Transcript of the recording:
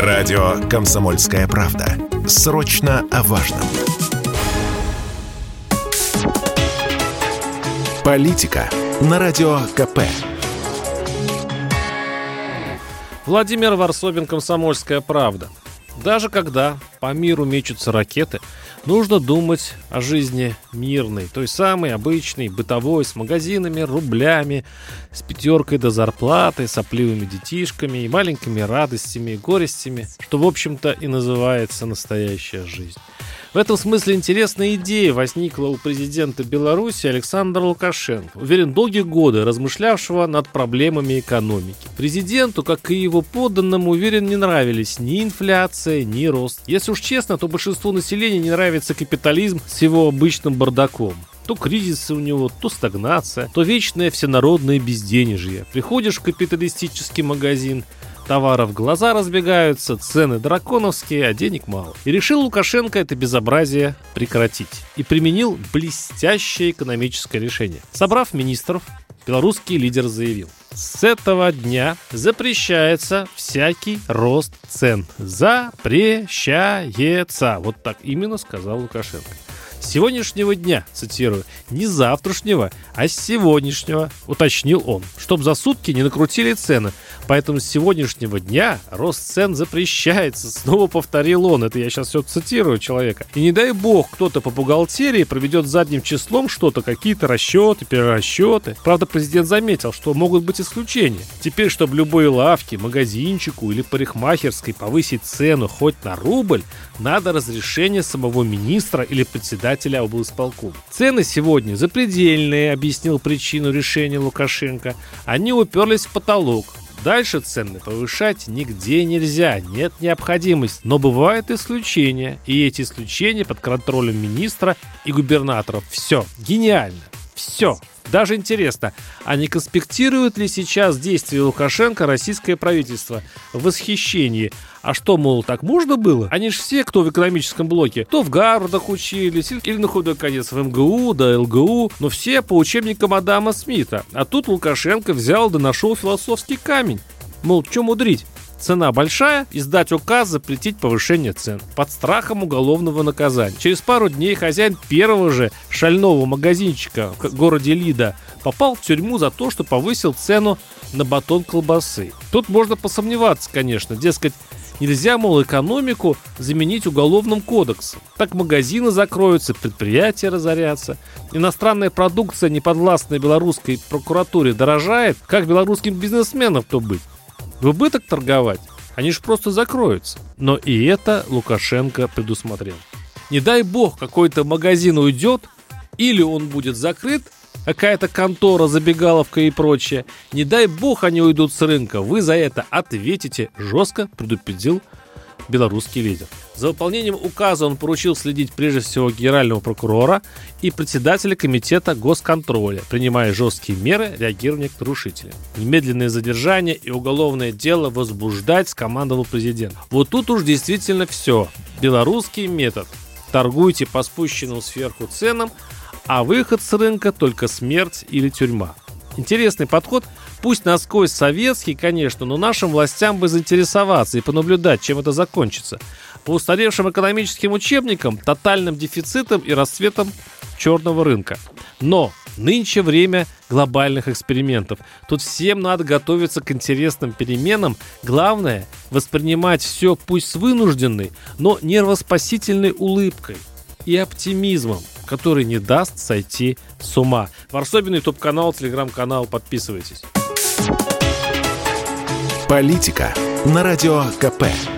Радио «Комсомольская правда». Срочно о важном. Политика на Радио КП. Владимир Варсобин, «Комсомольская правда». Даже когда по миру мечутся ракеты, нужно думать о жизни мирной, той самой обычной, бытовой, с магазинами, рублями, с пятеркой до зарплаты, сопливыми детишками и маленькими радостями и горестями, что, в общем-то, и называется настоящая жизнь. В этом смысле интересная идея возникла у президента Беларуси Александра Лукашенко, уверен, долгие годы размышлявшего над проблемами экономики. Президенту, как и его подданным, уверен, не нравились ни инфляция, ни рост. Если уж честно, то большинству населения не нравится капитализм с его обычным бардаком. То кризисы у него, то стагнация, то вечное всенародное безденежье. Приходишь в капиталистический магазин, товаров глаза разбегаются, цены драконовские, а денег мало. И решил Лукашенко это безобразие прекратить. И применил блестящее экономическое решение. Собрав министров, белорусский лидер заявил: с этого дня запрещается всякий рост цен. Запрещается. Вот так именно сказал Лукашенко. С сегодняшнего дня, цитирую, не завтрашнего, а с сегодняшнего, уточнил он, чтобы за сутки не накрутили цены. Поэтому с сегодняшнего дня рост цен запрещается. Снова повторил он. Это я сейчас все цитирую человека. И не дай бог, кто-то по бухгалтерии проведет задним числом что-то, какие-то расчеты, перерасчеты. Правда, президент заметил, что могут быть исключения. Теперь, чтобы любой лавке, магазинчику или парикмахерской повысить цену хоть на рубль, надо разрешение самого министра или председателя облисполкома. Цены сегодня запредельные, объяснил причину решения Лукашенко. Они уперлись в потолок. Дальше цены повышать нигде нельзя, нет необходимости. Но бывают исключения, и эти исключения под контролем министра и губернаторов. Все, гениально, все. Даже интересно, а не конспектирует ли сейчас действия Лукашенко российское правительство в восхищении? А что, мол, так можно было? Они же все, кто в экономическом блоке, то в Гарвардах учились, или на худой конец в МГУ, да ЛГУ, но все по учебникам Адама Смита. А тут Лукашенко взял да нашел философский камень. Мол, что мудрить? Цена большая, издать указ запретить повышение цен под страхом уголовного наказания. Через пару дней хозяин первого же шального магазинчика в городе Лида попал в тюрьму за то, что повысил цену на батон колбасы. Тут можно посомневаться, конечно, дескать, нельзя, мол, экономику заменить уголовным кодексом. Так магазины закроются, предприятия разорятся. Иностранная продукция, неподвластная белорусской прокуратуре, дорожает. Как белорусским бизнесменам-то быть? В убыток торговать? Они же просто закроются. Но и это Лукашенко предусмотрел. Не дай бог, какой-то магазин уйдет, или он будет закрыт, какая-то контора, забегаловка и прочее. Не дай бог, они уйдут с рынка. Вы за это ответите, жестко предупредил белорусский лидер. За выполнением указа он поручил следить прежде всего генерального прокурора и председателя комитета госконтроля, принимая жесткие меры реагирования к нарушителям. Немедленное задержание и уголовное дело возбуждать, скомандовал президент. Вот тут уж действительно все. Белорусский метод. Торгуйте по спущенным сверху ценам, а выход с рынка только смерть или тюрьма. Интересный подход, пусть насквозь советский, конечно, но нашим властям бы заинтересоваться и понаблюдать, чем это закончится. По устаревшим экономическим учебникам, тотальным дефицитом и расцветом черного рынка. Но нынче время глобальных экспериментов. Тут всем надо готовиться к интересным переменам. Главное – воспринимать все пусть с вынужденной, но нервоспасительной улыбкой и оптимизмом, который не даст сойти с ума. Варсобин, ютуб-канал, телеграм-канал. Подписывайтесь. Политика на Радио КП.